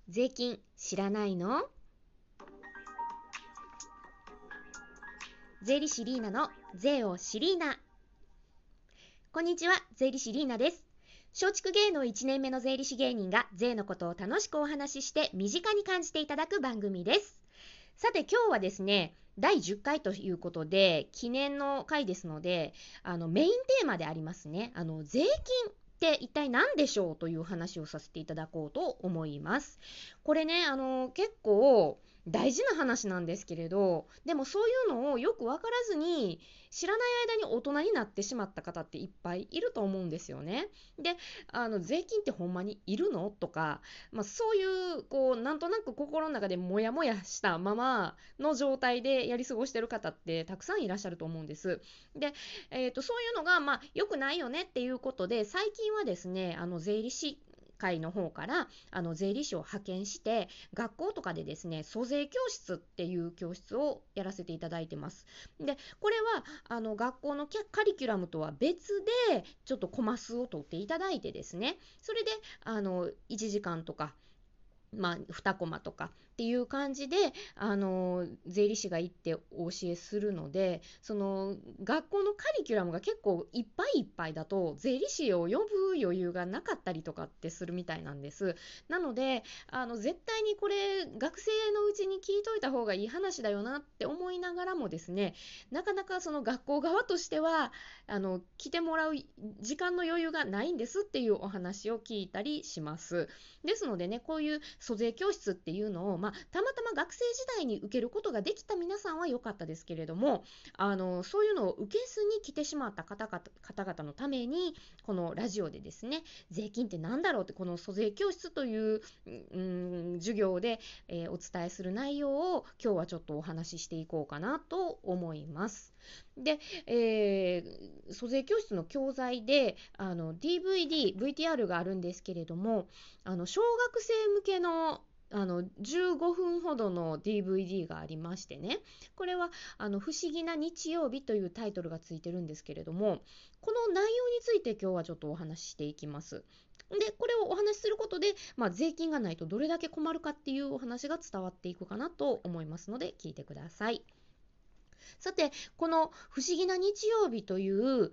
税金知らないの？税理士リーナの税をシリーナ。こんにちは、税理士リーナです。松竹芸能1年目の税理士芸人が税のことを楽しくお話しして身近に感じていただく番組です。さて今日はですね、第10回ということで記念の回ですので、メインテーマでありますね、税金って一体何でしょうという話をさせていただこうと思います。これね、結構大事な話なんですけれど、でもそういうのをよく分からずに知らない間に大人になってしまった方っていっぱいいると思うんですよね。で、税金ってほんまにいるのとか、そういうなんとなく心の中でモヤモヤしたままの状態でやり過ごしてる方ってたくさんいらっしゃると思うんです。で、そういうのが良くないよねっていうことで、最近はですね、税理士会の方から税理士を派遣して学校とかでですね、租税教室っていう教室をやらせていただいてます。でこれは学校のカリキュラムとは別でちょっとコマ数を取っていただいてですね、それで1時間とか2コマとかっていう感じで税理士が行ってお教えするので、その学校のカリキュラムが結構いっぱいいっぱいだと税理士を呼ぶ余裕がなかったりとかってするみたいなんです。なので絶対にこれ学生のうちに聞いといた方がいい話だよなって思いながらもですね、なかなかその学校側としては来てもらう時間の余裕がないんですっていうお話を聞いたりします。ですのでね、こういう租税教室っていうのを、たまたま学生時代に受けることができた皆さんは良かったですけれども、そういうのを受けずに来てしまった方々のために、このラジオでですね、税金って何だろうって、この租税教室という、授業で、お伝えする内容を今日はちょっとお話ししていこうかなと思います。で、租税教室の教材でDVD、VTR があるんですけれども、小学生向けの15分ほどの DVD がありましてね、これは不思議な日曜日というタイトルがついてるんですけれども、この内容について今日はちょっとお話ししていきます。でこれをお話しすることで、税金がないとどれだけ困るかっていうお話が伝わっていくかなと思いますので聞いてください。さて、この不思議な日曜日という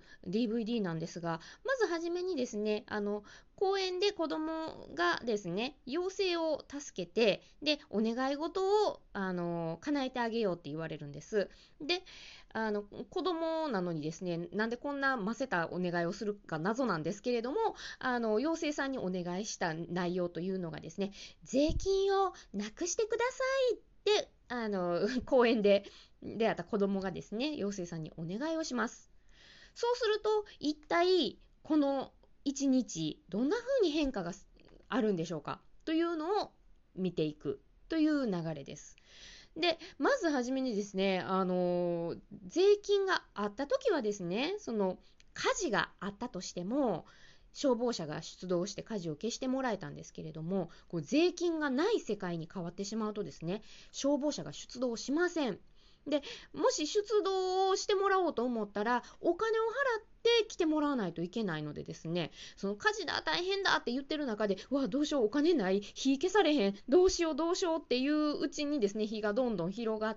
DVD なんですが、まずはじめにですね、公園で子供がですね、妖精を助けて、で、お願い事を、叶えてあげようって言われるんです。で、子供なのにですね、なんでこんなませたお願いをするか謎なんですけれども、妖精さんにお願いした内容というのがですね、税金をなくしてくださいって、公園で出会った子供がですね、妖精さんにお願いをします。そうすると、一体この一日どんな風に変化があるんでしょうかというのを見ていくという流れです。でまずはじめにですね、税金があった時はですね、その火事があったとしても消防車が出動して火事を消してもらえたんですけれども、こう税金がない世界に変わってしまうとですね、消防車が出動しません。でもし出動してもらおうと思ったらお金を払って来てもらわないといけないのでですね、その火事だ大変だって言ってる中で、うわどうしよう、お金ない、火消されへん、どうしようどうしようっていううちにですね、火がどんどん広がって、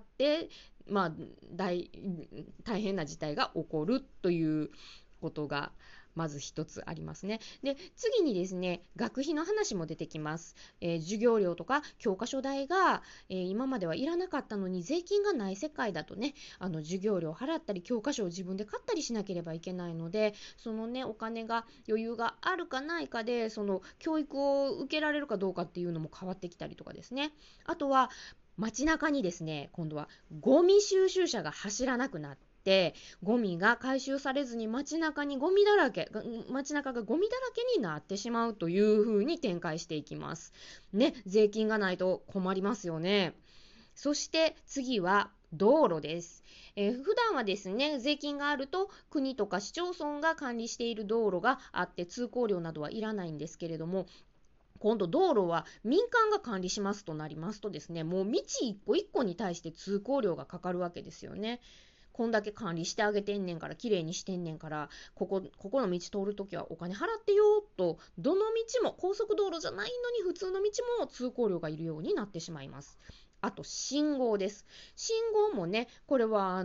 まあ大変な事態が起こるということがまず一つありますね。で次にですね、学費の話も出てきます。授業料とか教科書代が、今まではいらなかったのに、税金がない世界だとね、授業料払ったり教科書を自分で買ったりしなければいけないので、そのねお金が余裕があるかないかで、その教育を受けられるかどうかっていうのも変わってきたりとかですね。あとは街中にですね、今度はゴミ収集車が走らなくなって、ゴミが回収されずに街中にゴミだらけ、街中がゴミだらけになってしまうという風に展開していきますね。税金がないと困りますよね。そして次は道路です。普段はですね、税金があると国とか市町村が管理している道路があって通行料などはいらないんですけれども、今度道路は民間が管理しますとなりますとですね、もう道一個一個に対して通行料がかかるわけですよね。 こんだけ管理してあげてんねんから、綺麗にしてんねんから、ここの道通るときはお金払ってよと、どの道も、高速道路じゃないのに普通の道も通行料がいるようになってしまいます。あと信号です。信号もね、これは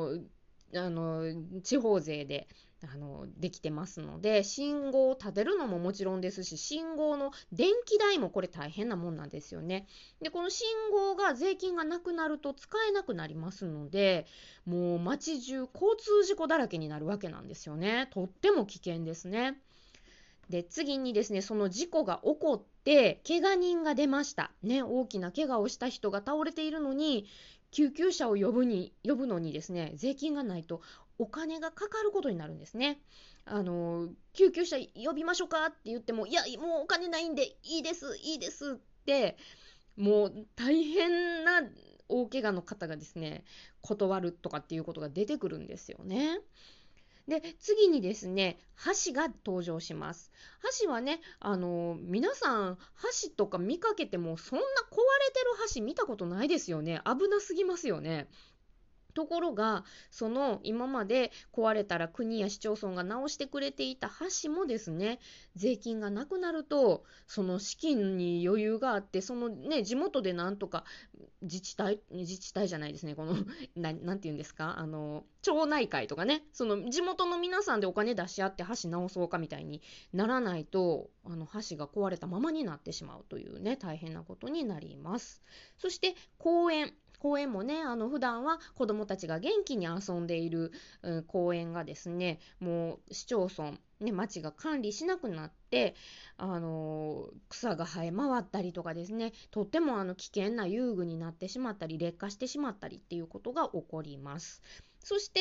地方税でできてますので、信号を立てるのももちろんですし、信号の電気代もこれ大変なもんなんですよね。で、この信号が税金がなくなると使えなくなりますので、もう街中交通事故だらけになるわけなんですよね。とっても危険ですね。で、次にですね、その事故が起こって怪我人が出ましたね。大きな怪我をした人が倒れているのに、救急車を呼ぶのにですね、税金がないとお金がかかることになるんですね。救急車呼びましょうかって言っても、いや、もうお金ないんでいいですってもう大変な大怪我の方がですね、断るとかっていうことが出てくるんですよね。で、次にですね、箸が登場します。箸はね、皆さん、箸とか見かけても、そんな壊れてる箸見たことないですよね。危なすぎますよね。ところが、その今まで壊れたら国や市町村が直してくれていた橋もですね、税金がなくなると、その資金に余裕があって、そのね、地元でなんとか自治体じゃないですね、この、なんて言うんですか、町内会とかね、その地元の皆さんでお金出し合って橋直そうかみたいにならないと、橋が壊れたままになってしまうというね、大変なことになります。そして公園もね、普段は子どもたちが元気に遊んでいる、公園がですね、もう市町村、ね、町が管理しなくなって、草が生え回ったりとかですね、とっても危険な遊具になってしまったり、劣化してしまったりっていうことが起こります。そして、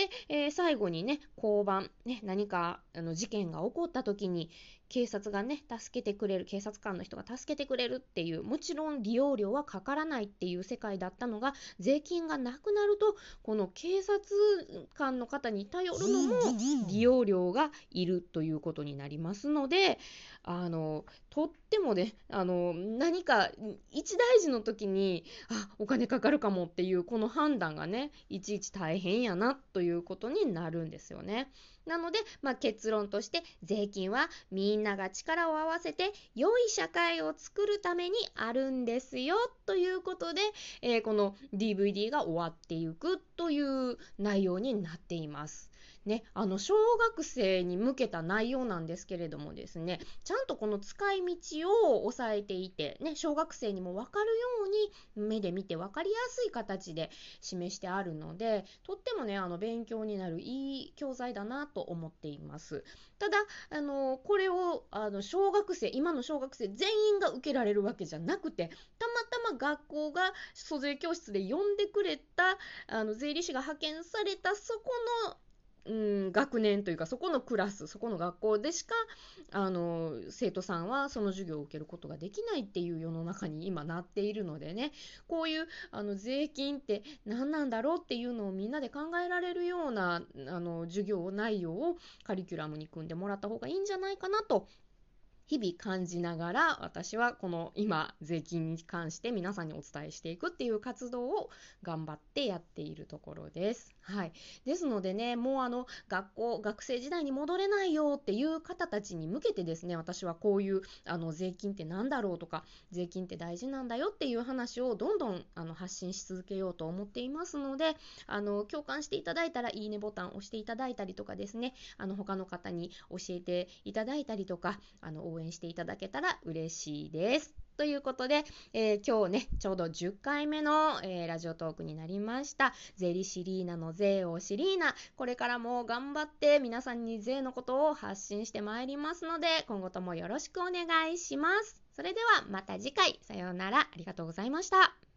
最後にね、交番、ね、何か事件が起こった時に、警察がね、警察官の人が助けてくれるっていう、もちろん利用料はかからないっていう世界だったのが、税金がなくなると、この警察官の方に頼るのも利用料がいるということになりますので、とってもね、何か一大事の時に、お金かかるかもっていうこの判断がね、いちいち大変やなということになるんですよね。なので、結論として税金はみんなが力を合わせて良い社会を作るためにあるんですよということで、この DVD が終わっていくという内容になっています。ね、小学生に向けた内容なんですけれどもですね、ちゃんとこの使い道を抑えていて、ね、小学生にも分かるように目で見て分かりやすい形で示してあるので、とってもね、勉強になるいい教材だなと思っています。ただ、これを今の小学生全員が受けられるわけじゃなくて、たまたま学校が租税教室で呼んでくれた税理士が派遣されたそこの学年というか、そこのクラス、そこの学校でしか生徒さんはその授業を受けることができないっていう世の中に今なっているのでね、こういう税金って何なんだろうっていうのをみんなで考えられるような授業内容をカリキュラムに組んでもらった方がいいんじゃないかなと日々感じながら、私はこの今税金に関して皆さんにお伝えしていくっていう活動を頑張ってやっているところです。はい。ですのでね、もう学生時代に戻れないよっていう方たちに向けてですね、私はこういう税金ってなんだろうとか、税金って大事なんだよっていう話をどんどん発信し続けようと思っていますので、共感していただいたらいいねボタンを押していただいたりとかですね、他の方に教えていただいたりとか、応援していただけたら嬉しいです。ということで、今日ね、ちょうど10回目の、ラジオトークになりました。税理士リーナの税をシリーナ。これからも頑張って皆さんに税のことを発信してまいりますので、今後ともよろしくお願いします。それではまた次回。さようなら。ありがとうございました。